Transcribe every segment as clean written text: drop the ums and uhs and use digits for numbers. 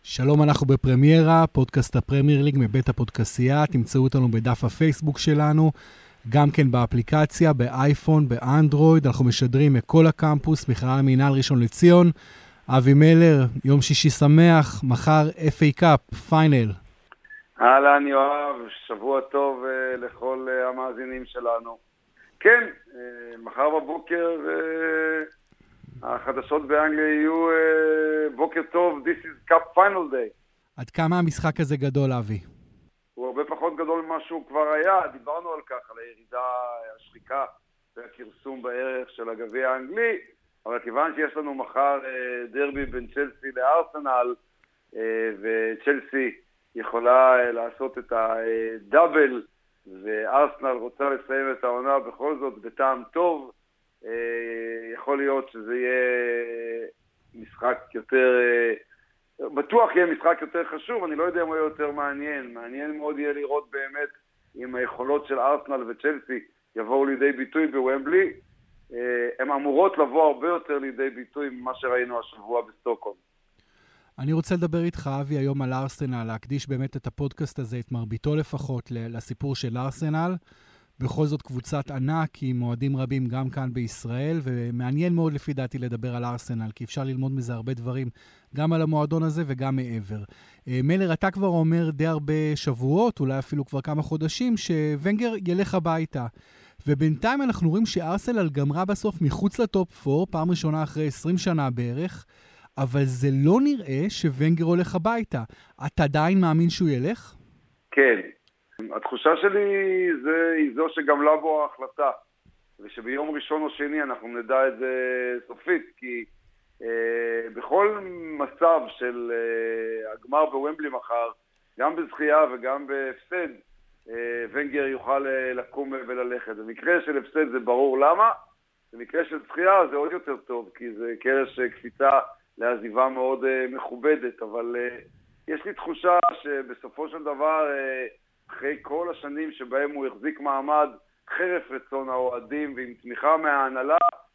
שלום, אנחנו בפרמיירה, פודקאסט הפרמייר ליג מבית הפודקאסייה. תמצאו אותנו בדף הפייסבוק שלנו, גם כן באפליקציה, באייפון, באנדרואיד. אנחנו משדרים מכל הקמפוס, מכללת המינהל ראשון לציון. אבי מלר, יום שישי שמח, מחר FA קאפ, פיינל. אהלן יואב, שבוע טוב לכל המאזינים שלנו. כן, מחר בבוקר החדשות באנגליה יהיו בוקר טוב, this is cup final day. עד כמה המשחק הזה גדול, אבי? הוא הרבה פחות גדול ממה שהוא כבר היה, דיברנו על כך, על הירידה, השחיקה והכרסום בערך של הגביע האנגלי, אבל כיוון שיש לנו מחר דרבי בין צ'לסי לארסנל, וצ'לסי יכולה לעשות את הדאבל, וארסנל רוצה לסיים את העונה בכל זאת בטעם טוב, יכול להיות שזה יהיה משחק יותר, בטוח יהיה משחק יותר חשוב, אני לא יודע אם הוא יהיה יותר מעניין מאוד יהיה לראות באמת אם היכולות של ארסנל וצ'לסי יבואו לידי ביטוי בוומבלי. הן אמורות לבוא הרבה יותר לידי ביטוי ממה שראינו השבוע בסטוקהולם. אני רוצה לדבר איתך, אבי, היום על ארסנל, להקדיש באמת את הפודקאסט הזה, את מרביתו לפחות, לסיפור של ארסנל. בכל זאת קבוצת ענק עם מועדים רבים גם כאן בישראל, ומעניין מאוד לפי דעתי לדבר על ארסנל, כי אפשר ללמוד מזה הרבה דברים, גם על המועדון הזה וגם מעבר. מלר, אתה כבר אומר די הרבה שבועות, אולי אפילו כבר כמה חודשים, שוונגר ילך הביתה. ובינתיים אנחנו רואים שארסנל גמרה בסוף מחוץ לטופ 4, פעם ראשונה אחרי 20 שנה בערך, אבל זה לא נראה שוונגר הולך הביתה. אתה עדיין מאמין שהוא ילך? כן. התחושה שלי היא זו שגמלה בו ההחלטה, ושביום ראשון או שני אנחנו נדע את זה סופית, כי בכל מצב של הגמר בוומבלי מחר, גם בזכייה וגם בהפסד, ונגר יוכל לקום וללכת. במקרה של הפסד זה ברור למה, במקרה של זכייה זה עוד יותר טוב, כי זה קרש קפיצה לעזיבה מאוד מכובדת, אבל יש לי תחושה שבסופו של דבר, אחרי כל השנים שבהם הוא החזיק מעמד חרף רצון האוהדים ועם תמיכה מההנהלה,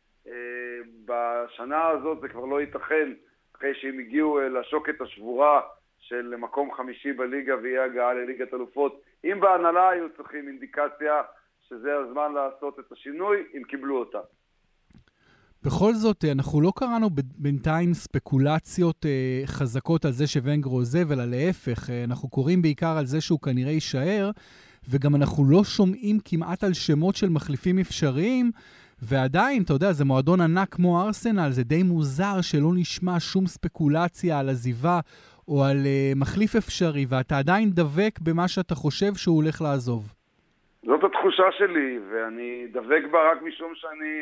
בשנה הזאת זה כבר לא ייתכן, אחרי שהם הגיעו לשוקת השבורה של מקום חמישי בליגה ויהיה הגעה לליגת אלופות. אם בהנהלה היו צריכים אינדיקציה שזה הזמן לעשות את השינוי, אם קיבלו אותה. בכל זאת, אנחנו לא קראנו בינתיים ספקולציות חזקות על זה שוונגר עוזב, אלא להפך, אנחנו קוראים בעיקר על זה שהוא כנראה יישאר, וגם אנחנו לא שומעים כמעט על שמות של מחליפים אפשריים, ועדיין, אתה יודע, זה מועדון ענק כמו ארסנל, זה די מוזר שלא נשמע שום ספקולציה על עזיבה או על מחליף אפשרי, ואתה עדיין דבק במה שאתה חושב שהוא הולך לעזוב. זאת התחושה שלי, ואני דבק בה רק משום שאני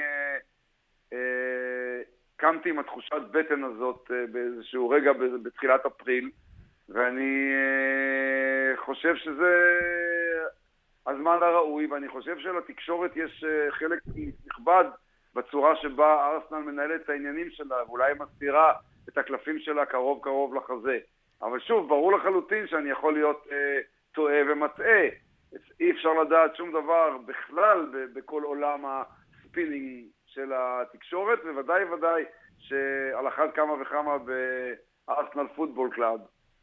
קמתי עם התחושת בטן הזאת באיזשהו רגע בתחילת אפריל, ואני חושב שזה הזמן הראוי, ואני חושב שלתקשורת יש חלק נכבד בצורה שבה ארסנל מנהלת את העניינים שלה, ואולי מסתירה את הקלפים שלה קרוב לחזה. אבל שוב, ברור לחלוטין שאני יכול להיות טועה ומטעה. אי אפשר לדעת שום דבר בכלל בכל עולם הספינינג של התקשורת, וודאי שעל אחת כמה וכמה בארסנל פוטבול קלאב.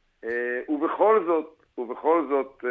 ובכל זאת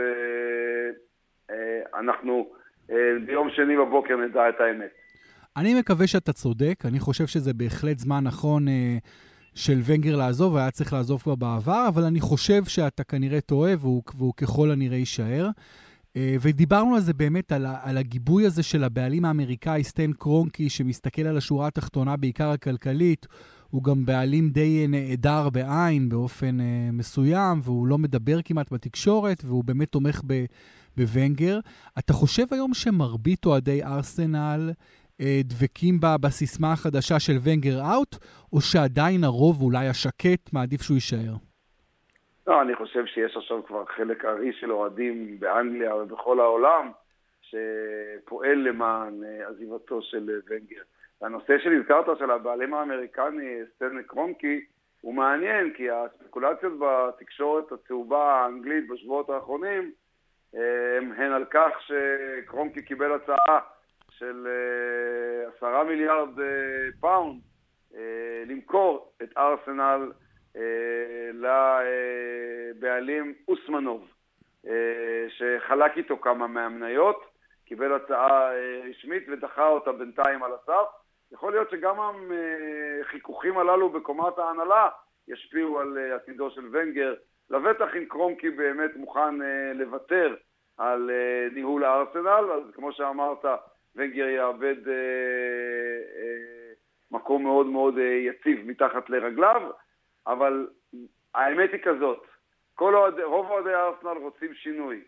אנחנו ביום שני בבוקר נדע את האמת. אני מקווה שאתה צודק, אני חושב שזה בהחלט זמן נכון של ונגר לעזוב, היה צריך לעזוב כבר בעבר, אבל אני חושב שאתה כנראה טועה, והוא ככל הנראה יישאר. ודיברנו על זה באמת, על הגיבוי הזה של הבעלים האמריקאי, סטן קרונקי, שמסתכל על השורה התחתונה בעיקר הכלכלית, הוא גם בעלים די נעדר בעין באופן מסוים, והוא לא מדבר כמעט בתקשורת, והוא באמת תומך בוונגר. אתה חושב היום שמרבית אוהדי ארסנל דבקים בסיסמה החדשה של ונגר אאוט, או שעדיין הרוב אולי השקט מעדיף שהוא יישאר? לא, אני חושב שיש עכשיו כבר חלק ארי של אוהדים באנגליה ובכל העולם שפועל למען עזיבתו של ונגר. והנושא שהזכרת של הבעלים האמריקני סטן קרונקי הוא מעניין, כי הספקולציות בתקשורת הצהובה האנגלית בשבועות האחרונים הן על כך שקרונקי קיבל הצעה של 10 מיליארד פאונד למכור את ארסנל לבעלים אוסמנוב, שחלק איתו כמה מהמניות, קיבל הצעה רשמית ודחה אותה בינתיים על הסף. יכול להיות שגם החיכוכים הללו בקומת ההנהלה ישפיעו על עתידו של ונגר, לבטח אם קרונקי באמת מוכן לוותר על ניהול הארסנל. אז כמו שאמרת, ונגר יאבד מקום מאוד מאוד יציב מתחת לרגליו, אבל האמת היא כזאת, רוב אוהדי הארסנל רוצים שינוי.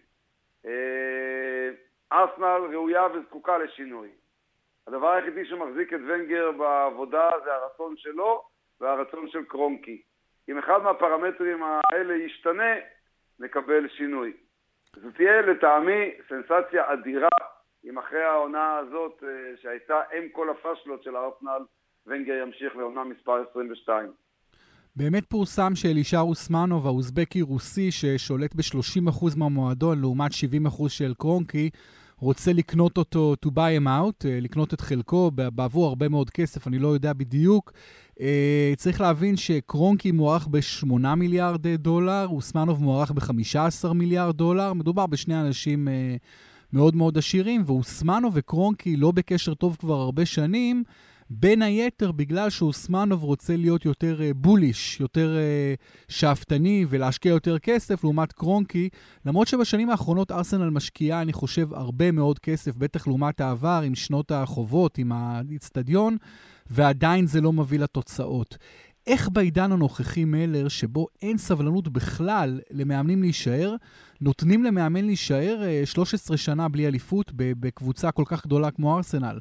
ארסנל ראויה וזקוקה לשינוי. הדבר היחידי שמחזיק את ונגר בעבודה זה הרצון שלו והרצון של קרונקי. אם אחד מהפרמטרים האלה ישתנה, נקבל שינוי. זו תהיה לטעמי סנסציה אדירה אם אחרי העונה הזאת שהייתה אם כל הפשלות של הארסנל, ונגר ימשיך לעונה מספר 22. באמת פורסם שאלישר אוסמנוב, האוזבקי רוסי ששולט ב-30% מהמועדון לעומת 70% של קרונקי, רוצה לקנות אותו to buy him out, לקנות את חלקו בעבור הרבה מאוד כסף, אני לא יודע בדיוק. צריך להבין שקרונקי מוערך ב$8 מיליארד, אוסמנוב מוערך ב$15 מיליארד. מדובר בשני אנשים מאוד מאוד עשירים, ואוסמנוב וקרונקי לא בקשר טוב כבר הרבה שנים, בין היתר בגלל שאוסמנוב רוצה להיות יותר בוליש, יותר שאפתני ולהשקיע יותר כסף לעומת קרונקי, למרות שבשנים האחרונות ארסנל משקיעה, אני חושב, הרבה מאוד כסף, בטח לעומת העבר עם שנות החובות, עם האצטדיון, ועדיין זה לא מביא לתוצאות. איך בעידן הנוכחי מלר, שבו אין סבלנות בכלל למאמנים להישאר, נותנים למאמן להישאר 13 שנה בלי אליפות בקבוצה כל כך גדולה כמו ארסנל?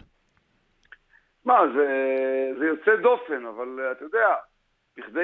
מה, זה יוצא דופן, אבל אתה יודע, בכדי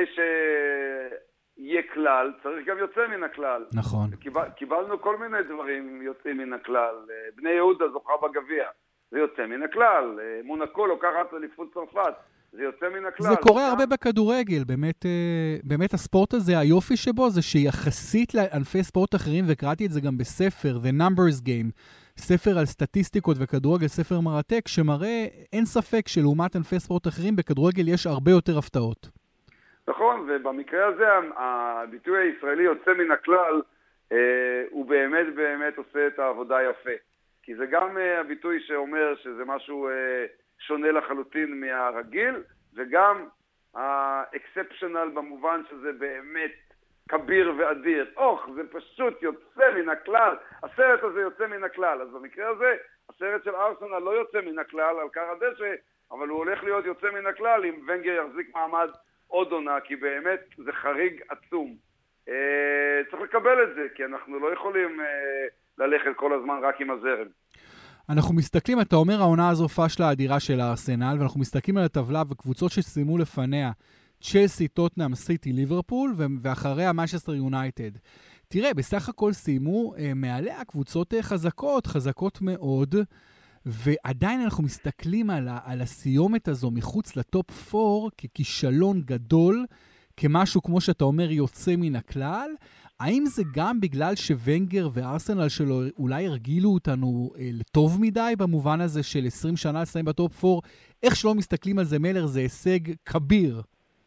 שיהיה כלל, צריך גם יוצא מן הכלל. נכון. קיבלנו כל מיני דברים יוצאים מן הכלל. בני יהודה זוכה בגביע, זה יוצא מן הכלל. מונקו לוקחת אליפות צרפת, זה יוצא מן הכלל. זה קורה הרבה בכדורגל, באמת הספורט הזה, היופי שבו זה שיחסית לענפי ספורט אחרים, וקראתי את זה גם בספר, The Numbers Game, ספר על סטטיסטיקות וכדורגל, ספר מרתק, שמראה אין ספק שלעומת ענפי ספורט אחרים, בכדורגל יש הרבה יותר הפתעות. נכון, ובמקרה הזה הביטוי הישראלי יוצא מן הכלל, הוא באמת באמת עושה את העבודה יפה. כי זה גם הביטוי שאומר שזה משהו שונה לחלוטין מהרגיל, וגם האקספשנל במובן שזה באמת כביר ואדיר. זה פשוט יוצא מן הכלל. הסרט הזה יוצא מן הכלל. אז במקרה הזה, הסרט של ארסנל לא יוצא מן הכלל על קר הדשא, אבל הוא הולך להיות יוצא מן הכלל אם ונגר יחזיק מעמד עוד עונה, כי באמת זה חריג עצום. צריך לקבל את זה, כי אנחנו לא יכולים ללכת כל הזמן רק עם הזרם. אנחנו מסתכלים, אתה אומר, העונה הזו פשלה אדירה של הארסנל, ואנחנו מסתכלים על הטבלה וקבוצות שסיימו לפניה, צ'לסי, טוטנהאם, סיטי, ליברפול, ואחריה מנצ'סטר יונייטד. תראה, בסך הכל סיימו מעליה קבוצות חזקות מאוד, ועדיין אנחנו מסתכלים על הסיומת הזו מחוץ לטופ 4 ככישלון גדול, כמשהו כמו שאתה אומר יוצא מן הכלל. האם זה גם בגלל שוונגר וארסנל שלו אולי הרגילו אותנו לטוב מדי במובן הזה של 20 שנה לסיים בטופ 4? איך שלא מסתכלים על זה מלר, זה הישג כביר.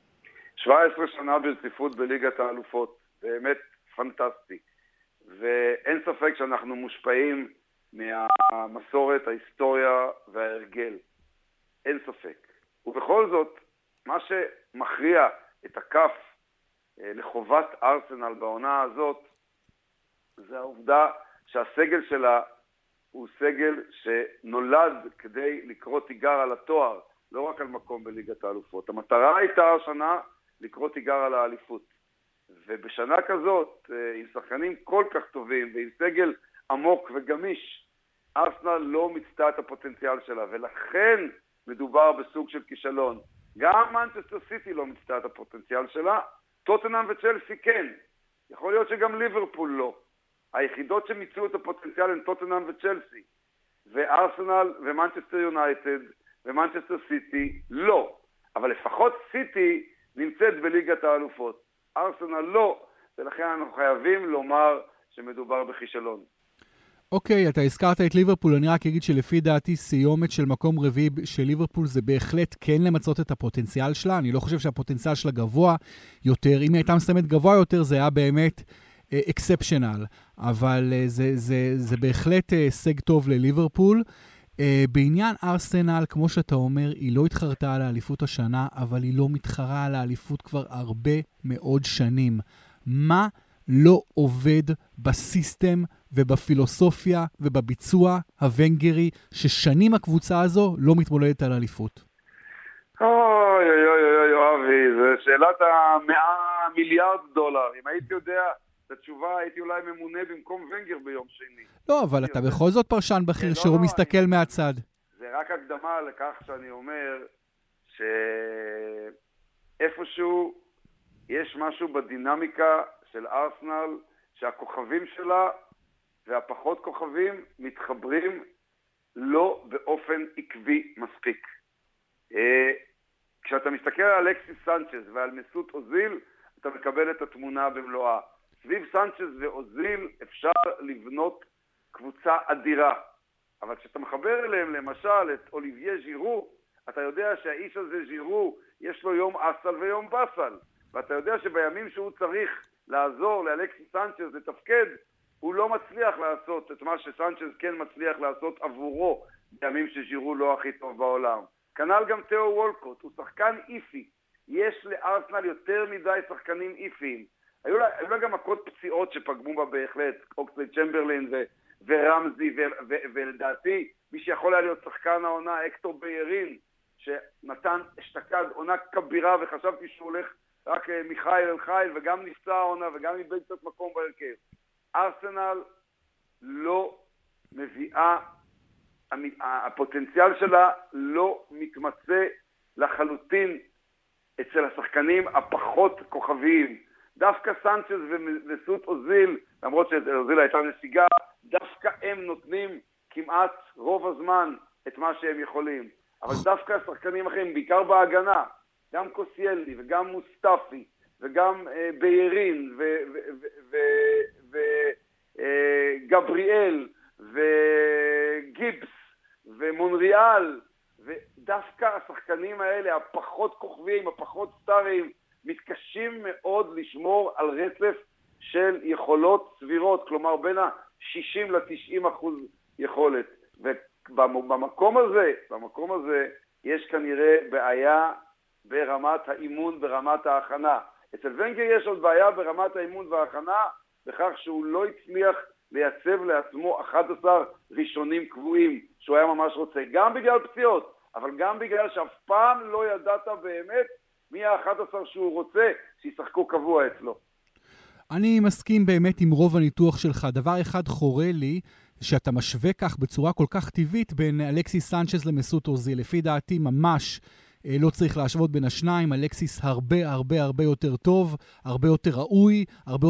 17 שנה ברציפות בליגת האלופות, באמת פנטסטי. ואין ספק שאנחנו מושפעים מהמסורת, ההיסטוריה וההרגל. אין ספק. ובכל זאת, מה שמכריע את הכף לחובת ארסנל בעונה הזאת, זה העובדה שהסגל שלה הוא סגל שנולד כדי לקרוא תיגר על התואר, לא רק על מקום בליגת האלופות. המטרה הייתה השנה לקרוא תיגר על האליפות. ובשנה כזאת, עם שחקנים כל כך טובים ועם סגל עמוק וגמיש, ארסנל לא מיצתה את הפוטנציאל שלה, ולכן מדובר בסוג של כישלון. גם מנצ'סטר סיטי לא מיצתה את הפוטנציאל שלה, טוטנהאם וצ'לסי כן. יכול להיות שגם ליברפול לא. היחידות שמיצו את הפוטנציאל הן טוטנהאם וצ'לסי. וארסנל ומנצ'סטר יונייטד ומנצ'סטר סיטי לא. אבל לפחות סיטי נמצאת בליגת האלופות. ארסנל לא. ולכן אנחנו חייבים לומר שמדובר בכישלון. אוקיי, אתה הזכרת את ליברפול, אני רק אגיד שלפי דעתי סיומת של מקום רביעי של ליברפול זה בהחלט כן למצות את הפוטנציאל שלה, אני לא חושב שהפוטנציאל שלה גבוה יותר, אם היא הייתה מסיימת גבוה יותר זה היה באמת אקספשנל, אבל זה בהחלט הישג טוב לליברפול. בעניין ארסנל, כמו שאתה אומר, היא לא התחרתה על האליפות השנה, אבל היא לא מתחרה על האליפות כבר הרבה מאוד שנים. מה לא עובד בסיסטם ובפילוסופיה ובביצוע הוונגרי, ששנים הקבוצה הזו לא מתמודדת על האליפות? אוי, אבי, זו שאלת $100 מיליארד. אם הייתי יודע את התשובה, הייתי אולי ממונה במקום ונגר ביום שני. לא, אבל אתה בכל זאת פרשן בכיר שהוא מסתכל מהצד. זה רק הקדמה לכך שאני אומר שאיפשהו יש משהו בדינמיקה של ארסנל, שהכוכבים שלה והפחות כוכבים מתחברים לא באופן עקבי מספיק. כשאתה מסתכל על אלכסיס סנצ'ז ועל מסות אוזיל, אתה מקבל את התמונה במלואה. סביב סנצ'ז ואוזיל אפשר לבנות קבוצה אדירה. אבל כשאתה מחבר אליהם למשל את אוליביה ז'ירו, אתה יודע שהאיש הזה ז'ירו יש לו יום אסל ויום בסל. ואתה יודע שבימים שהוא צריך לעזור לאלכסיס סנצ'ז לתפקד, הוא לא מצליח לעשות את מה שסנצ'ז כן מצליח לעשות עבורו בימים שז'ירו לא הכי טוב בעולם. כנ"ל גם תאו וולקוט, הוא שחקן איפי. יש לארסנל יותר מדי שחקנים איפיים. היו לה גם מכות פציעות שפגמו בה בהחלט, אוקסלי צ'מברלין ורמזי, ולדעתי מי שיכול היה להיות שחקן העונה, אקטור ביירין, שנתן אשתקד עונה כבירה, וחשבתי שהוא הולך רק מיכאל אל חייל, וגם נפצע העונה וגם איבד קצת מקום בהרכב. ארסנל לא מביאה, הפוטנציאל שלה לא מתמצא לחלוטין אצל השחקנים הפחות כוכביים. דווקא סנצ'ז ומסות אוזיל, למרות שאוזיל הייתה נסיגה, דווקא הם נותנים כמעט רוב הזמן את מה שהם יכולים. אבל דווקא השחקנים אחרים, בעיקר בהגנה, גם קוסיאלי וגם מוסטפי וגם ביירין וגבריאל וגיבס ומונריאל, ודווקא השחקנים האלה, הפחות כוכביים, הפחות סטאריים, מתקשים מאוד לשמור על רצף של יכולות סבירות, כלומר בין ה-60 ל-90% יכולת. ובמקום הזה יש כנראה בעיה ברמת האימון, ברמת ההכנה. אצל ונגר יש עוד בעיה ברמת האימון וההכנה, בכך שהוא לא הצליח לייצב לעצמו 11 ראשונים קבועים, שהוא היה ממש רוצה, גם בגלל פציעות, אבל גם בגלל שאף פעם לא ידעת באמת מי ה-11 שהוא רוצה שישחקו קבוע אצלו. אני מסכים באמת עם רוב הניתוח שלך. דבר אחד חורה לי, שאתה משווה כך בצורה כל כך טבעית בין אלכסיס סנצ'ז למסות אוזיל. לפי דעתי ממש לא צריך להשוות בין השניים. אלכסיס הרבה יותר טוב, הרבה יותר ראוי, הרבה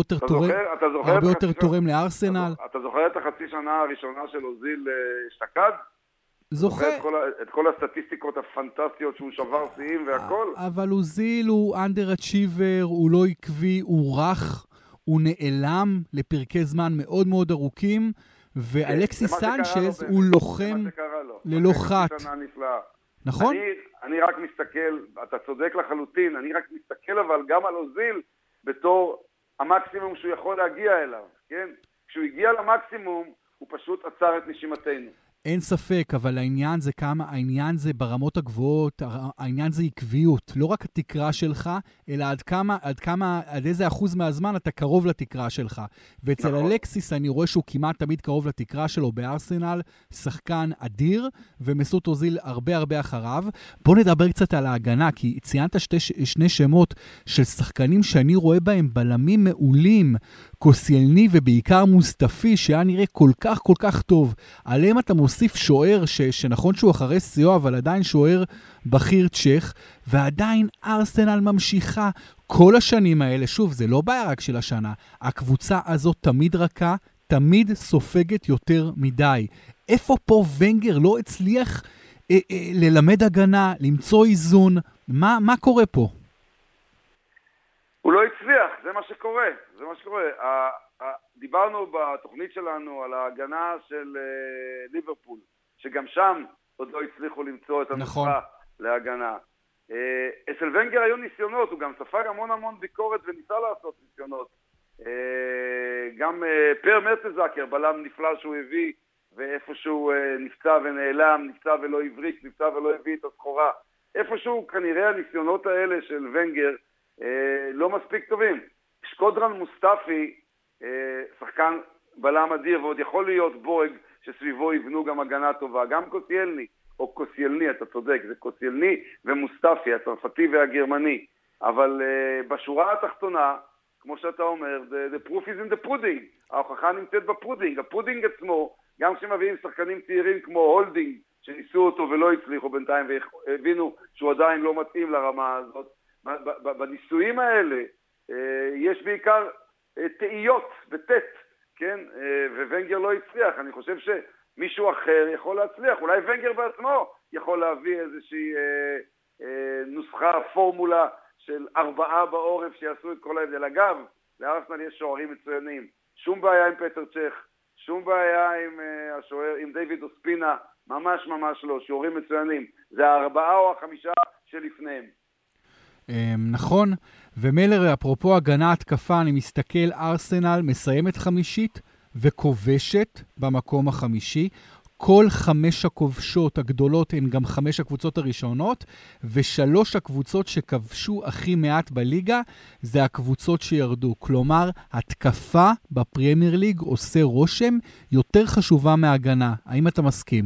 יותר תורם לארסנל. אתה זוכר את החצי שנה הראשונה של אוזיל אשתקד? זוכר. את כל הסטטיסטיקות הפנטסטיות שהוא שבר שיאים והכל. אבל אוזיל הוא אנדר-אצ'יבר, הוא לא עקבי, הוא רך, הוא נעלם לפרקי זמן מאוד מאוד ארוכים, ואלכסיס סנצ'ז הוא לוחם ללא חת. נכון? אני רק מסתכל, אתה צודק לחלוטין, אני רק מסתכל אבל גם על אוזיל בתור המקסימום שהוא יכול להגיע אליו, כן? כשהוא הגיע למקסימום, הוא פשוט עצר את נשימתנו. אין ספק, אבל העניין זה ברמות הגבוהות, העניין זה עקביות, לא רק התקרה שלך, אלא עד איזה אחוז מהזמן אתה קרוב לתקרה שלך. ואצל אלכסיס אני רואה שהוא כמעט תמיד קרוב לתקרה שלו בארסנל, שחקן אדיר, ומסות אוזיל הרבה אחריו. בוא נדבר קצת על ההגנה, כי ציינת שני שמות של שחקנים שאני רואה בהם בלמים מעולים, קוסיאלני ובעיקר מוסטפי, שהיה נראה כל כך טוב. עליהם אתה מוסיף שוער שנכון שהוא אחרי סיוע, אבל עדיין שוער בכיר צ'ך, ועדיין ארסנל ממשיכה כל השנים האלה. שוב, זה לא בעיה רק של השנה. הקבוצה הזאת תמיד רכה, תמיד סופגת יותר מדי. איפה פה ונגר לא הצליח ללמד הגנה, למצוא איזון? מה קורה פה? הוא לא הצליח, זה מה שקורה, זה מה שקורה. דיברנו בתוכנית שלנו על ההגנה של ליברפול, שגם שם עוד לא הצליחו למצוא את הנוסחה להגנה. אצל ונגר היו ניסיונות, הוא גם ספג המון ביקורת וניסה לעשות ניסיונות. גם פר מרטזקר, בלם נפלא שהוא הביא, ואיפשהו נפצע ונעלם, נפצע ולא הבריק, נפצע ולא הביא את הסחורה. איפשהו כנראה הניסיונות האלה של ונגר לא מספיק טובים. שקודרן מוסטפי, שחקן בלם אדיר, ועוד יכול להיות בורג שסביבו יבנו גם הגנה טובה. גם קוסיילני, או קוסיילני, אתה צודק, זה קוסיילני ומוסטפי, הצרפתי והגרמני. אבל בשורה התחתונה, כמו שאתה אומר, the proof is in the pudding. ההוכחה נמצאת בפודינג. הפודינג עצמו, גם כשמביאים שחקנים צעירים כמו הולדינג, שניסו אותו ולא הצליחו בינתיים, והבינו שהוא עדיין לא מתאים לרמה הזאת, בניסויים האלה יש בעיקר תאיות בטט, כן? וונגר לא הצליח. אני חושב שמישהו אחר יכול להצליח. אולי וונגר בעצמו יכול להביא איזושהי נוסחה, פורמולה של 4 בעורף שיעשו את כל ההבדל. אגב, לארסנל יש שוערים מצוינים. שום בעיה עם פטר צ'ך, שום בעיה עם השוער, עם דיוויד אוספינה, ממש לא, שוערים מצוינים. זה 4 או 5 שלפניהם. נכון, ומלר, אפרופו הגנה התקפה, אני מסתכל, ארסנל מסיימת חמישית וכובשת במקום החמישי. כל 5 הכובשות הגדולות הן גם 5 הקבוצות הראשונות, ו3 הקבוצות שכבשו הכי מעט בליגה זה הקבוצות שירדו. כלומר, התקפה בפרמייר ליג עושה רושם יותר חשובה מהגנה. האם אתה מסכים?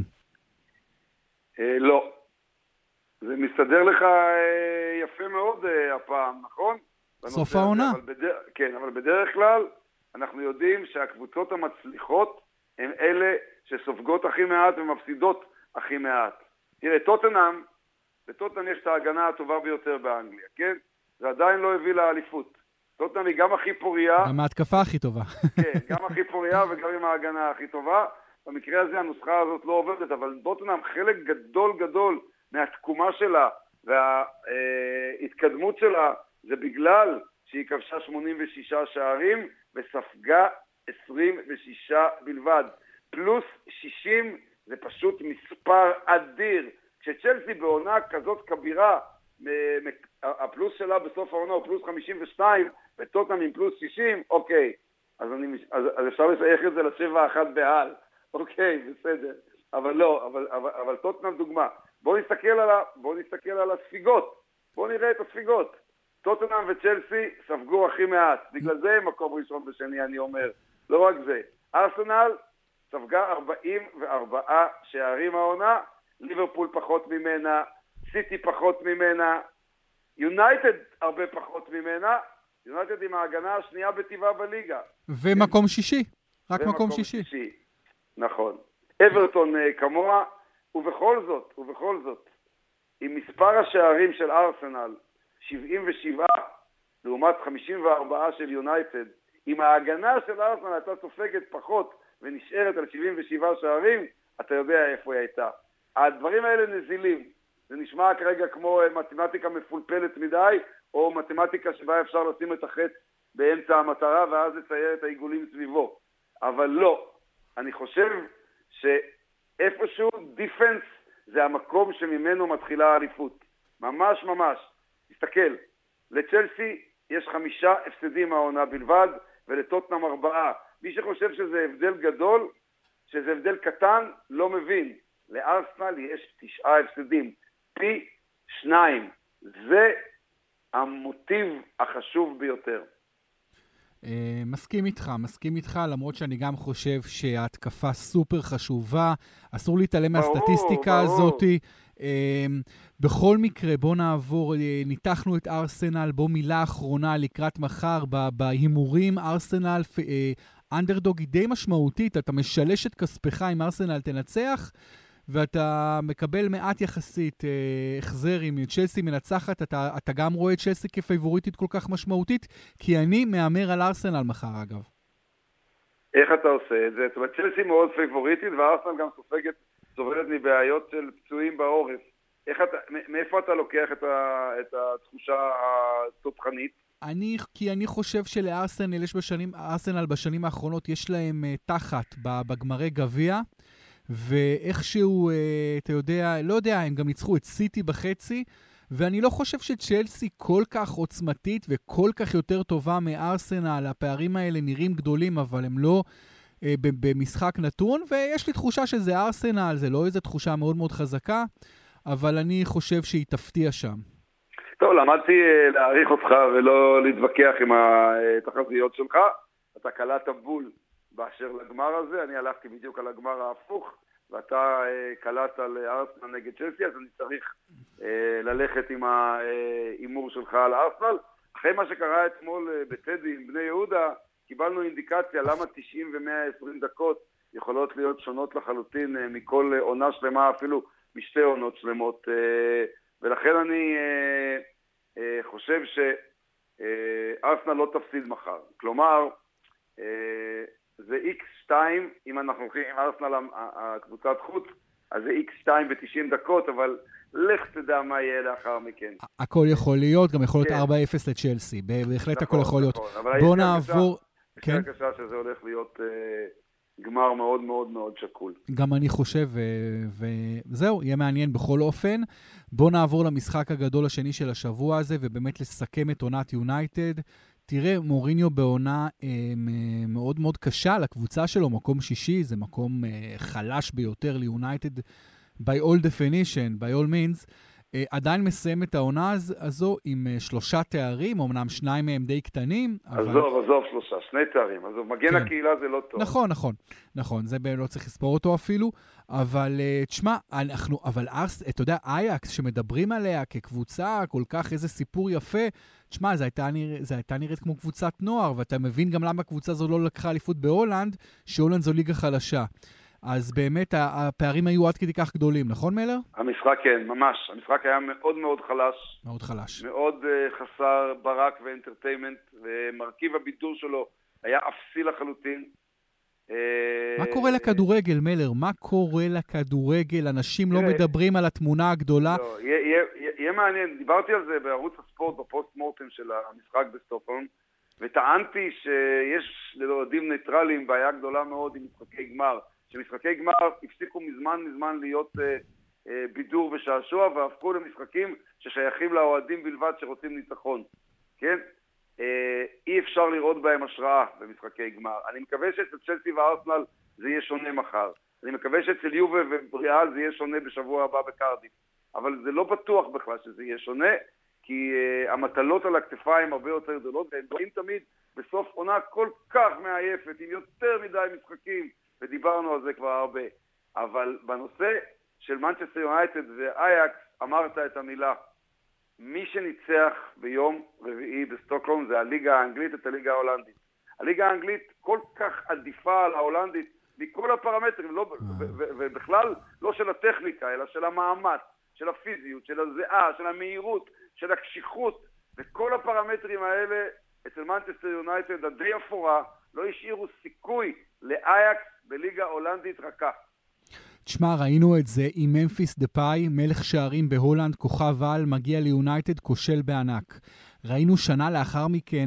לא. זה מסתדר לך יפה מאוד הפעם, נכון? סוף העונה. כן, אבל בדרך כלל אנחנו יודעים שהקבוצות המצליחות הן אלה שסופגות הכי מעט ומפסידות הכי מעט. תראה, לטוטנהאם יש את ההגנה הטובה ביותר באנגליה, כן? זה עדיין לא הביא לאליפות. טוטנהאם היא גם הכי פוריה. גם ההתקפה הכי טובה. כן, גם הכי פוריה וגם עם ההגנה הכי טובה. במקרה הזה הנוסחה הזאת לא עובדת, אבל טוטנהאם חלק גדול מהתקומה שלה וההתקדמות שלה זה בגלל שהיא כבשה 86 שערים וספגה 26 בלבד. פלוס 60 זה פשוט מספר אדיר. כשצ'לסי בעונה כזאת כבירה, הפלוס שלה בסוף העונה הוא פלוס 52, וטוטנהאם עם פלוס 60, אוקיי. אז אפשר לשייך את זה ל7-1 בהל. אוקיי, בסדר. אבל לא, אבל טוטנהאם דוגמה. בואו נסתכל על הספיגות. בואו נראה את הספיגות. טוטנהאם וצ'לסי ספגו הכי מעט. בגלל זה מקום ראשון ושני, אני אומר. לא רק זה. ארסנל ספגה 44 שערים העונה, ליברפול פחות ממנה, סיטי פחות ממנה, יונייטד הרבה פחות ממנה, יונייטד עם ההגנה השנייה בטבעה בליגה. ומקום שישי. רק מקום שישי. נכון. אברטון כמוה, ובכל זאת, עם מספר השערים של ארסנל, 77 לעומת 54 של יונייטד, עם ההגנה של ארסנל הייתה סופגת פחות ונשארת על 77 שערים, אתה יודע איפה היא הייתה. הדברים האלה נזילים. זה נשמע כרגע כמו מתמטיקה מפולפלת מדי, או מתמטיקה שבה אפשר לשים את החץ באמצע המטרה, ואז לצייר את העיגולים סביבו. אבל לא. אני חושב שאיפשהו דיפנס זה המקום שממנו מתחילה האליפות. ממש. תסתכל, לצ'לסי יש 5 הפסדים מהעונה בלבד, ולטוטנהאם 4. מי שחושב שזה הבדל גדול, שזה הבדל קטן, לא מבין. לארסנל יש 9 הפסדים, פי 2. זה המוטיב החשוב ביותר. מסכים איתך, למרות שאני גם חושב שההתקפה סופר חשובה, אסור להתעלם מהסטטיסטיקה הזאת. בכל מקרה, בוא נעבור, ניתחנו את ארסנל, בוא מילה אחרונה לקראת מחר, בהימורים, ארסנל אנדרדוג היא די משמעותית, אתה משלש את כספך אם ארסנל תנצח, ואתה מקבל מעט יחסית החזר אם צ'לסי מנצחת, אתה גם רואה את צ'לסי כפייבוריטית כל כך משמעותית, כי אני מאמר על ארסנל מחר אגב. איך אתה עושה את זה? זאת אומרת, צ'לסי מאוד פייבוריטית, וארסנל גם סובלת מבעיות של פצועים בעורף. מאיפה אתה לוקח את התחושה התותחנית? כי אני חושב שלארסנל ארסנל בשנים האחרונות יש להם תחת בגמרי גביע, ואיכשהו, אתה יודע, לא יודע, הם גם ניצחו את סיטי בחצי, ואני לא חושב שצ'לסי כל כך עוצמתית וכל כך יותר טובה מארסנל. הפערים האלה נראים גדולים, אבל הם לא במשחק נתון, ויש לי תחושה שזה ארסנל, זה לא איזו תחושה מאוד מאוד חזקה, אבל אני חושב שהיא תפתיע שם. טוב, למדתי להעריך אותך ולא להתווכח עם התחזיות שלך. אתה קלעת בול באשר לגמר הזה, אני הלכתי בדיוק על הגמר ההפוך, ואתה קלעת על ארסנל נגד צ'לסי, אז אני צריך ללכת עם האימור שלך על ארסנל. אחרי מה שקרה אתמול בטדי עם בני יהודה, קיבלנו אינדיקציה למה 90 ו-120 דקות יכולות להיות שונות לחלוטין מכל עונה שלמה, אפילו משתי עונות שלמות. ולכן אני חושב שארסנל לא תפסיד מחר. כלומר, זה X2, אם אנחנו הולכים עם ארסנל הקבוצת חוץ, אז זה X2 ב-90 דקות, אבל לך תדע מה יהיה לאחר מכן. הכל יכול להיות, גם יכול להיות 4-0 לצ'לסי, בהחלט הכל יכול להיות. בוא נעבור... כן? קשה שזה הולך להיות גמר מאוד מאוד מאוד שקול. גם אני חושב, וזהו, יהיה מעניין בכל אופן. בוא נעבור למשחק הגדול השני של השבוע הזה, ובאמת לסכם את עונת יונייטד. תראה, מוריניו בעונה מאוד מאוד קשה לקבוצה שלו, מקום שישי, זה מקום חלש ביותר ליונייטד, by all definition, by all means, עדיין מסיים את העונה הזו עם 3 תארים, אמנם 2 מהם די קטנים. עזוב 3, 2 תארים, עזוב, מגן הקהילה זה לא טוב. נכון, זה לא צריך לספור אותו אפילו, אבל תשמע, אתה יודע, אייקס שמדברים עליה כקבוצה, כל כך איזה סיפור יפה, תשמע, זה הייתה נראית כמו קבוצת נוער, ואתה מבין גם למה הקבוצה הזו לא לקחה אליפות בהולנד, שהולנד זו ליגה חלשה. אז באמת הפערים היו עד כדי כך גדולים, נכון מלר? המשחק כן, ממש. המשחק היה מאוד מאוד חלש. מאוד חלש. מאוד חסר ברק ואנטרטיימנט, ומרכיב הבידור שלו היה אפסי לחלוטין. מה קורה לכדורגל, מלר? מה קורה לכדורגל? אנשים לא מדברים על התמונה הגדולה. לא, יהיה מעניין. דיברתי על זה בערוץ הספורט, בפוסט מורטם של המשחק בסטוקהולם, וטענתי שיש לאוהדים ניטרליים בעיה גדולה מאוד עם משחקי גמר. שמשחקי גמר הפסיקו מזמן להיות בידור ושעשוע, והפכו למשחקים ששייכים לאוהדים בלבד שרוצים ניצחון. כן? אי אפשר לראות בהם השראה במשחקי גמר. אני מקווה שאצל צ'לסי וארסנל זה יהיה שונה מחר. אני מקווה שאצל יובה ובריאל זה יהיה שונה בשבוע הבא בקרדיף. אבל זה לא בטוח בכלל שזה יהיה שונה, כי המטלות על הכתפיים הרבה יותר גדולות, והם באים תמיד בסוף עונה כל כך מעייפת, עם יותר מדי משחקים, ודיברנו על זה כבר הרבה. אבל בנושא של מנצ'סטר יונייטד ואייקס, אמרת את המילה. מי שניצח ביום רביעי בסטוקהולם זה הליגה האנגלית, את הליגה ההולנדית. הליגה האנגלית כל כך עדיפה על ההולנדית, מכל הפרמטרים, ובכלל לא של הטכניקה, אלא של המאמץ, של הפיזיות, של הזיעה, של המהירות, של הקשיחות, וכל הפרמטרים האלה אצל מנצ'סטר יונייטד הדי אפורה לא השאירו סיכוי לאייקס בליגה הולנדית רכה. תשמע, ראינו את זה עם ממפיס דפאי, מלך שערים בהולנד, כוכב על, מגיע ליונייטד, כושל בענק. ראינו שנה לאחר מכן,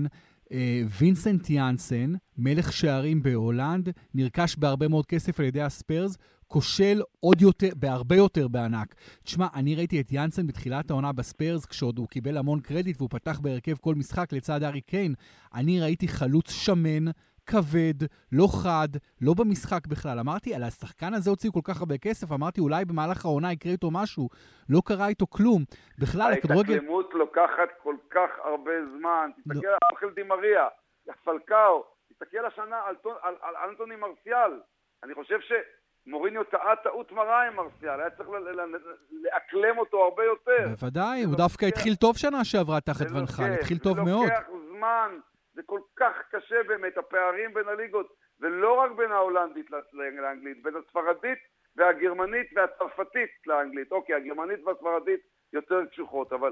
וינסנט יאנסן, מלך שערים בהולנד, נרכש בהרבה מאוד כסף על ידי הספרס, כושל עוד יותר, בהרבה יותר בענק. תשמע, אני ראיתי את יאנסן בתחילת העונה בספרס, כשעוד הוא קיבל המון קרדיט, והוא פתח בהרכב כל משחק לצד הארי קיין. אני ראיתי חלוץ שמן, כבד, לא חד, לא במשחק בכלל. אמרתי, על השחקן הזה הוציאו כל כך הרבה כסף, אמרתי, אולי במהלך העונה יקרה איתו משהו. לא קרה איתו כלום. בכלל, הכדורגל... ההתאקלמות לוקחת כל כך הרבה זמן. תסתכל על אנחל די מריה, פלקאו, תסתכל השנה על אנטוני מרסיאל. אני חושב שמוריניו טעה טעות מרה עם מרסיאל. היה צריך לאקלם אותו הרבה יותר. בוודאי, הוא דווקא התחיל טוב שנה שעברה תחת ונחל. התחיל טוב מאוד. זה לוקח זמן. זה כל כך קשה באמת, הפערים בין הליגות, ולא רק בין ההולנדית לאנגלית, בין הספרדית והגרמנית והצרפתית לאנגלית. אוקיי, הגרמנית והספרדית יותר קשוחות, אבל...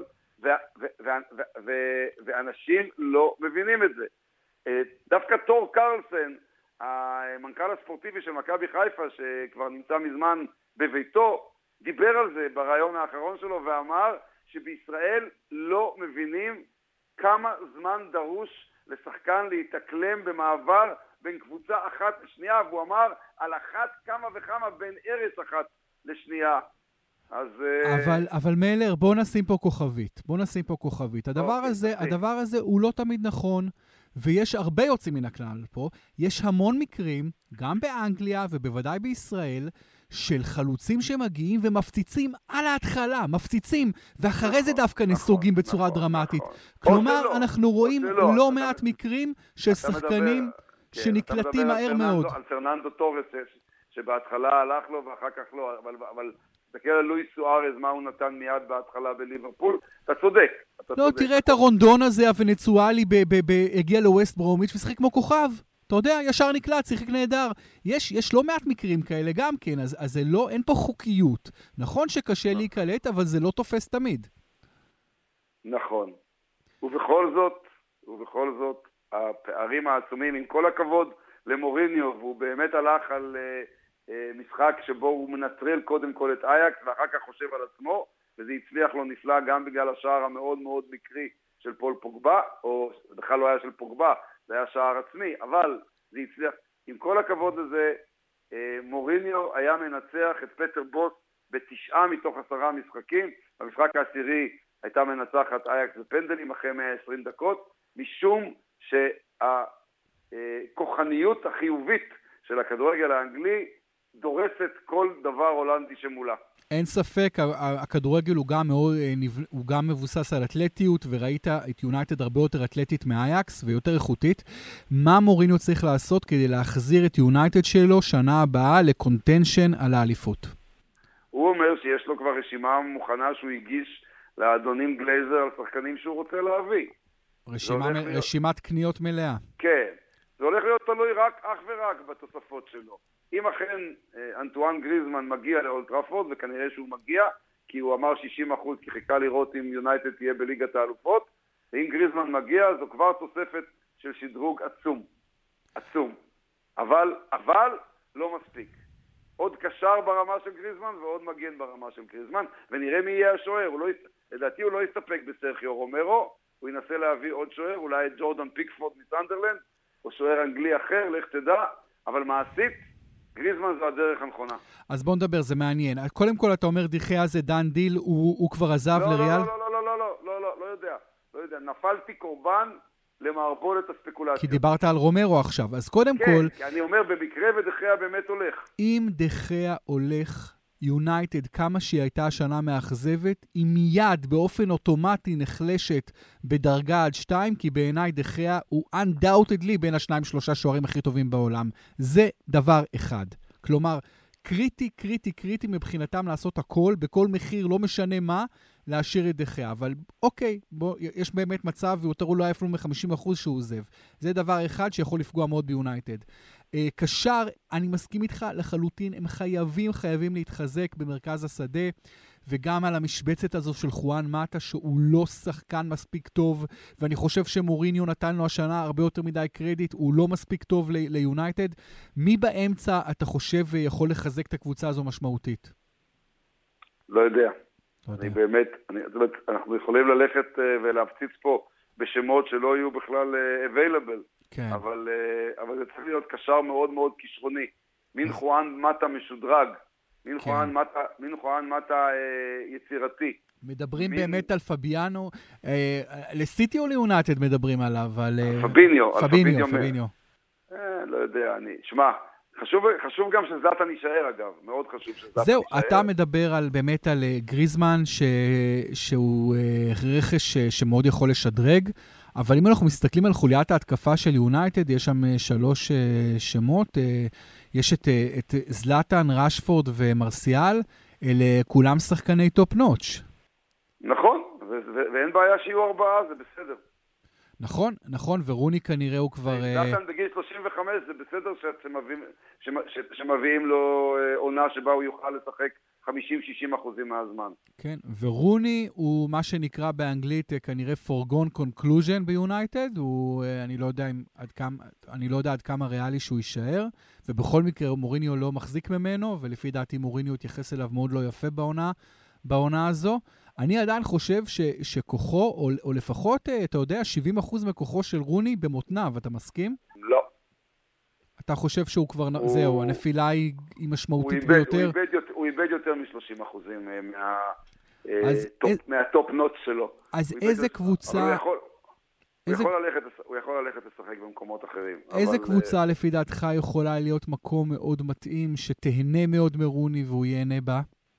ואנשים לא מבינים את זה. דווקא תור קרלסן, המנכ"ל הספורטיבי של מכבי חיפה, שכבר נמצא מזמן בביתו, דיבר על זה ברעיון האחרון שלו ואמר שבישראל לא מבינים כמה זמן דרוש לשחקן להתאקלם במעבר בין קבוצה אחת לשנייה, והוא אמר על אחת כמה וכמה בין ארץ אחת לשנייה. אז אבל מלר, בוא נשים פה כוכבית. הדבר הזה הוא לא תמיד נכון, ויש הרבה יוצאים מן הכלל פה. יש המון מקרים, גם באנגליה ובוודאי בישראל, של חלוצים שמגיעים ומפציצים על ההתחלה, ואחרי זה דווקא נסוגים בצורה דרמטית. כלומר, אנחנו רואים לא מעט מקרים של שחקנים שנקלטים מהר מאוד. על פרננדו טורס, שבהתחלה הלך לו ואחר כך לא, אבל תסתכל על לואיס סוארז, מה הוא נתן מיד בהתחלה בליברפול, אתה צודק. לא, תראה את הרונדון הזה, הוונצואלי, הגיע לווסט ברומיץ' ושחק כמו כוכב. אתה יודע, ישר נקלט, שיחק נהדר. יש לא מעט מקרים כאלה גם כן, אז זה לא, אין פה חוקיות. נכון שקשה להיקלט, אבל זה לא תופס תמיד. נכון. ובכל זאת, הפערים העצומים, עם כל הכבוד למוריניו, והוא באמת הלך על משחק שבו הוא מנטרל קודם כל את אייקס, ואחר כך חושב על עצמו, וזה הצליח לו נפלא גם בגלל השער המאוד מאוד מקרי של פול פוגבה, או בכלל לא היה של פוגבה, זה היה שער עצמי, אבל זה הצליח. עם כל הכבוד לזה, מוריניו היה מנצח את פטר בוס ב9 מתוך 10 משחקים. במשחק העשירי הייתה מנצחת אייקס בפנדלים אחרי 120 דקות, משום שהכוחניות החיובית של הכדורגל האנגלי דורסת כל דבר הולנדי שמולה. אין ספק, הכדורגל הוא גם מבוסס על אתלטיות, וראית את יונייטד הרבה יותר אתלטית מאייקס ויותר איכותית. מה מוריניו צריך לעשות כדי להחזיר את יונייטד שלו שנה הבאה לקונטנשן על האליפות? הוא אומר שיש לו כבר רשימה מוכנה שהוא הגיש לאדונים גלייזר על שחקנים שהוא רוצה להביא. רשימת קניות מלאה. כן, זה הולך להיות תלוי אך ורק בתוספות שלו. אם אכן אנטואן גריזמן מגיע לאולד טראפורד, וכנראה שהוא מגיע, כי הוא אמר 60%, כי חיכה לראות אם יונייטד תהיה בליגת האלופות, ואם גריזמן מגיע, זו כבר תוספת של שדרוג עצום. אבל לא מספיק. עוד קשר ברמה של גריזמן, ועוד מגן ברמה של גריזמן, ונראה מי יהיה השוער. לדעתי הוא לא יסתפק בסרחיו רומרו, הוא ינסה להביא עוד שוער, אולי את ג'ורדן פיקפורד מסנדרלנד, או שוער אנגלי אחר, לך תדע, אבל מעשית, גריזמן זו הדרך הנכונה. אז בוא נדבר, זה מעניין. קודם כל אתה אומר דיחיה זה דן דיל, הוא כבר עזב לריאל? לא יודע. נפלתי קורבן למערבולת הספקולציה. כי דיברת על רומרו עכשיו, אז קודם כל... כן, כי אני אומר במקרה ודחיה באמת הולך. אם דחיה הולך, יונייטד, כמה שהיא הייתה השנה מאכזבת, היא מיד באופן אוטומטי נחלשת בדרגה עד 2, כי בעיניי דחיה הוא undoubtedly בין 2-3 שוערים הכי טובים בעולם. זה דבר אחד. כלומר, קריטי מבחינתם לעשות הכל, בכל מחיר, לא משנה מה, להשאיר את דחיה. אבל אוקיי, יש באמת מצב, ויותר אולי אפילו מ-50% שהוא עוזב. זה דבר אחד שיכול לפגוע מאוד ביונייטד. קשר, אני מסכים איתך לחלוטין, הם חייבים להתחזק במרכז השדה, וגם על המשבצת הזו של חואן מטה, שהוא לא שחקן מספיק טוב, ואני חושב שמוריניו נתן לו השנה הרבה יותר מדי קרדיט, הוא לא מספיק טוב ליונייטד. מי באמצע אתה חושב יכול לחזק את הקבוצה הזו משמעותית? לא יודע. אני באמת, אנחנו יכולים ללכת ולהפציץ פה בשמות שלא יהיו בכלל available. כן. אבל זה צריך להיות קשר מאוד מאוד כישרוני. מין חואן מטה משודרג. מין חואן מטה יצירתי. מדברים באמת על פביאנו. לסיטי או ליונייטד מדברים עליו? פביניו. לא יודע, שמע, חשוב גם שזאטה נשאר אגב. מאוד חשוב שזאטה נשאר. זהו, אתה מדבר באמת על גריזמן שהוא רכש שמאוד יכול לשדרג. אבל אם אנחנו מסתכלים על חוליית ההתקפה של יונייטד, יש שם 3 שמות. יש את זלאטן, רשפורד ומרסיאל, אלה כולם שחקני טופ נוטש. נכון, ואין בעיה שיהיו 4, זה בסדר. נכון, ורוני כנראה הוא כבר... זלאטן בגיל 35 זה בסדר שמביאים לו עונה שבה הוא יוכל לשחק 50-60% מהזמן. כן, ורוני הוא מה שנקרא באנגלית כנראה foregone conclusion ביונייטד, אני לא יודע עד כמה ריאלי שהוא יישאר, ובכל מקרה מוריניו לא מחזיק ממנו, ולפי דעתי מוריניו התייחס אליו מאוד לא יפה בעונה הזו. אני עדיין חושב שכוחו, או לפחות, אתה יודע, 70% מכוחו של רוני במותניו, אתה מסכים? לא. אתה חושב שהוא כבר, זהו, הנפילה היא משמעותית ביותר? הוא איבד יותר מ-30% מהטופ נוט שלו. אז איזה קבוצה... הוא יכול ללכת לשחק במקומות אחרים. איזה קבוצה לפי דעתך יכולה להיות מקום מאוד מתאים, שתהנה מאוד מרוני והוא ייהנה בה?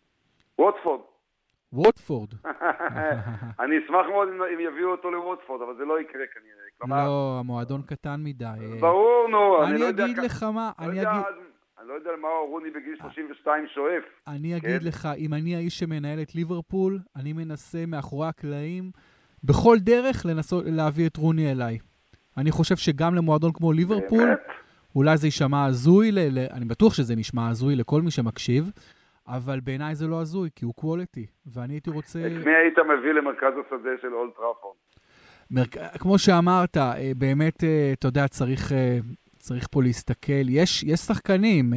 ווטפורד. אני אשמח מאוד אם יביאו אותו לווטפורד, אבל זה לא יקרה כנראה. לא, המועדון קטן מדי. ברור, נו. אני אגיד לך מה, אני לא יודע מה רוני בגיל 32 שואף. אני אגיד לך, אם אני האיש שמנהל את ליברפול, אני מנסה מאחורי הקלעים, בכל דרך לנסות להביא את רוני אליי. אני חושב שגם למועדון כמו ליברפול, אולי זה יישמע הזוי, אני בטוח שזה נשמע הזוי לכל מי שמקשיב, אבל בעיניי זה לא הזוי, כי הוא קואליטי, ואני הייתי רוצה... את מי היית מביא למרכז השדה של אולד טראפורד? כמו שאמרת, באמת, אתה יודע, צריך פה להסתכל. יש שחקנים,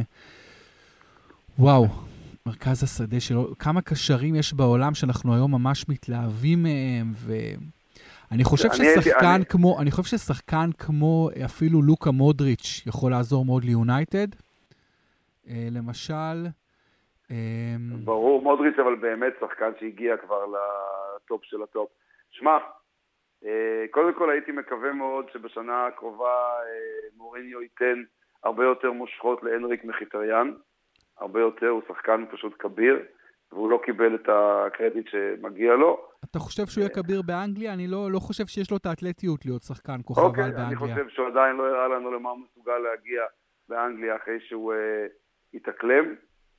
וואו, מרכז השדה שלו, כמה קשרים יש בעולם שאנחנו היום ממש מתלהבים מהם, ואני חושב ששחקן כמו אפילו לוקה מודריץ' יכול לעזור מאוד ליונייטד. למשל... ברור, מודריץ' אבל באמת שחקן שהגיע כבר לטופ של הטופ. שמע, קודם כל הייתי מקווה מאוד שבשנה הקרובה מוריניו ייתן הרבה יותר מושכות לאנריק מחיטריאן, הרבה יותר, הוא שחקן פשוט כביר, והוא לא קיבל את הקרדיט שמגיע לו. אתה חושב שהוא יהיה כביר באנגליה? אני לא חושב שיש לו את האתלטיות להיות שחקן כוכב על באנגליה. אני חושב שהוא עדיין לא הראה לנו למה הוא מסוגל להגיע באנגליה אחרי שהוא יתאקלם.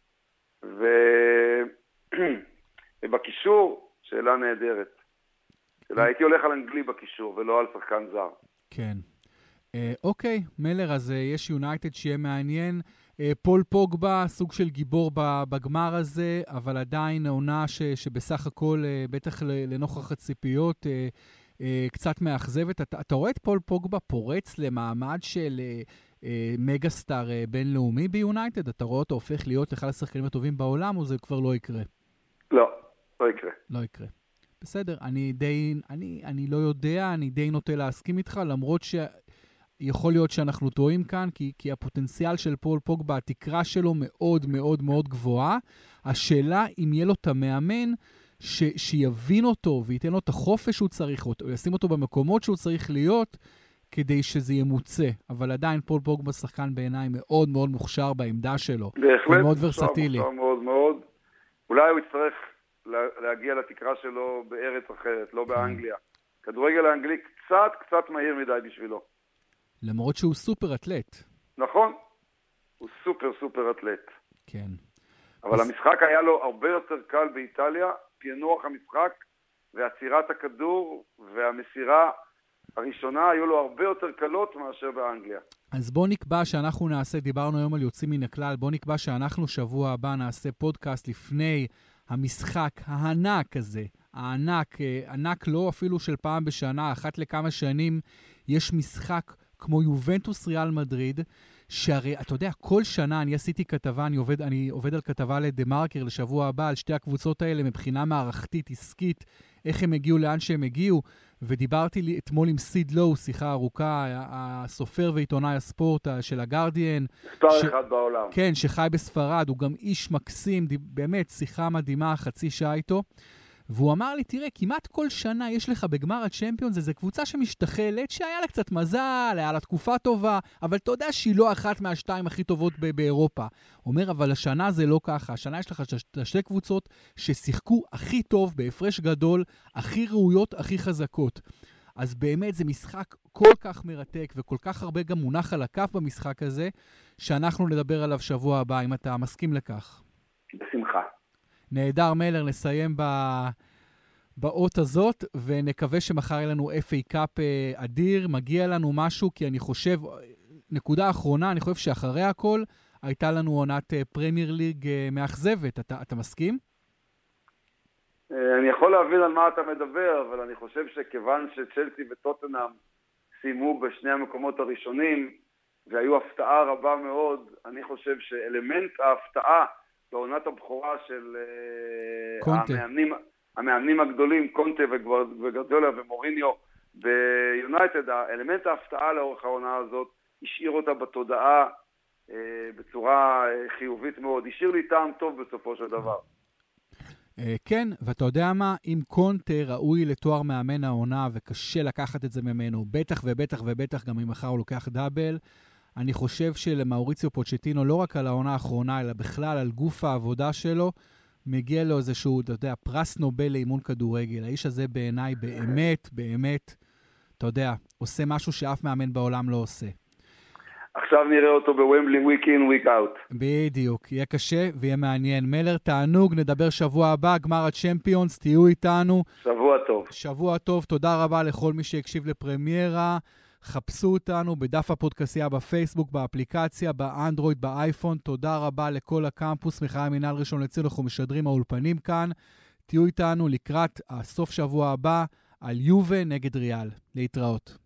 ובקישור, שאלה נהדרת. הייתי הולך על אנגלי בקישור, ולא על שחקן זר. כן. אוקיי, מלר, אז יש יונייטד שיהיה מעניין. פול פוגבה, סוג של גיבור בגמר הזה, אבל עדיין עונה שבסך הכל, בטח לנוכח הציפיות, קצת מאכזבת. אתה רואה את פול פוגבה פורץ למעמד של מגה-סטאר בינלאומי ביונייטד? אתה רואה אותו הופך להיות אחד השחקנים הטובים בעולם, או זה כבר לא יקרה? לא, לא יקרה. לא יקרה. בסדר, אני לא יודע, אני די נוטה להסכים איתך, למרות שיכול להיות שאנחנו טועים כאן, כי הפוטנציאל של פול פוגבה, התקרה שלו מאוד מאוד מאוד גבוהה. השאלה אם יהיה לו את המאמן שיבין אותו וייתן לו את החופש שהוא צריך, או ישים אותו במקומות שהוא צריך להיות, כדי שזה ימוצא. אבל עדיין פול פוגבה שחקן בעיניי מאוד מאוד מוכשר בעמדה שלו. בהחלט, מאוד ורסטילי. מוכשר מאוד מאוד. אולי הוא יצטרך להגיע לתקרה שלו בארץ אחרת, לא באנגליה. כדורגל האנגלי קצת מהיר מדי בשבילו. למרות שהוא סופר אתלט. נכון, הוא סופר אתלט. כן. אבל המשחק היה לו הרבה יותר קל באיטליה, פענוח המשחק, ועצירת הכדור והמסירה הראשונה היו לו הרבה יותר קלות מאשר באנגליה. אז בוא נקבע שאנחנו נעשה, דיברנו היום על יוצאים מן הכלל, בוא נקבע שאנחנו שבוע הבא נעשה פודקאסט לפני המשחק הענק הזה, ענק לא אפילו של פעם בשנה, אחת לכמה שנים יש משחק כמו יובנטוס ריאל מדריד, שהרי אתה יודע, כל שנה אני עשיתי כתבה, אני עובד על כתבה לדמרקר לשבוע הבא, על שתי הקבוצות האלה מבחינה מערכתית, עסקית, איך הם הגיעו לאן שהם הגיעו, ודיברתי אתמול עם סיד לואו, שיחה ארוכה, הסופר ועיתונאי הספורט של הגרדיאן. מספר אחד בעולם. כן, שחי בספרד, הוא גם איש מקסים, באמת שיחה מדהימה, חצי שעה איתו, והוא אמר לי, תראה, כמעט כל שנה יש לך בגמר הצ'מפיונס, זו קבוצה שמשתחלת, שהיה לה קצת מזל, היה לה תקופה טובה, אבל אתה יודע שהיא לא אחת מהשתיים הכי טובות באירופה. הוא אומר, אבל השנה זה לא ככה. השנה יש לך שתי קבוצות ששיחקו הכי טוב, בהפרש גדול, הכי ראויות, הכי חזקות. אז באמת זה משחק כל כך מרתק, וכל כך הרבה גם מונח על הכף במשחק הזה, שאנחנו נדבר עליו שבוע הבא, אם אתה מסכים לכך. בשמחה. נהדר מלר, נסיים באות הזאת, ונקווה שמחר יהיה לנו FA קאפ אדיר, מגיע לנו משהו, כי אני חושב, נקודה אחרונה, אני חושב שאחרי הכל, הייתה לנו עונת פרמייר ליג מאכזבת. אתה מסכים? אני יכול להבין על מה אתה מדבר, אבל אני חושב שכיוון שצ'לסי וטוטנהאם סיימו בשני המקומות הראשונים, והיו הפתעה רבה מאוד, אני חושב שאלמנט ההפתעה בעונת הבכורה של המאמנים הגדולים, קונטה וגרדיולה ומוריניו ביונייטד, האלמנט ההפתעה לאורך העונה הזאת השאיר אותה בתודעה בצורה חיובית מאוד, השאיר לי טעם טוב בסופו של דבר. כן, ואתה יודע מה, אם קונטה ראוי לתואר מאמן העונה וקשה לקחת את זה ממנו, בטח ובטח ובטח גם אם מחר הוא לוקח דאבל, אני חושב שלמאוריציו פוצ'טינו לא רק על העונה האחרונה, אלא בכלל על גוף העבודה שלו, מגיע לו איזשהו, אתה יודע, פרס נובל לאימון כדורגל. האיש הזה בעיניי באמת, אתה יודע, עושה משהו שאף מאמן בעולם לא עושה. עכשיו נראה אותו בוומבלי week in, week out. בדיוק, יהיה קשה ויהיה מעניין. מלר, תענוג, נדבר שבוע הבא, גמר הצ'מפיונס, תהיו איתנו. שבוע טוב. שבוע טוב, תודה רבה לכל מי שהקשיב לפרמיירה. חפשו אותנו בדף הפודקאסיה בפייסבוק, באפליקציה, באנדרואיד, באייפון. תודה רבה לכל הקמפוס, מחאה מינהל ראשון לציון, אנחנו משדרים האולפנים כאן. תהיו איתנו לקראת הסוף שבוע הבא על יובה נגד ריאל. להתראות.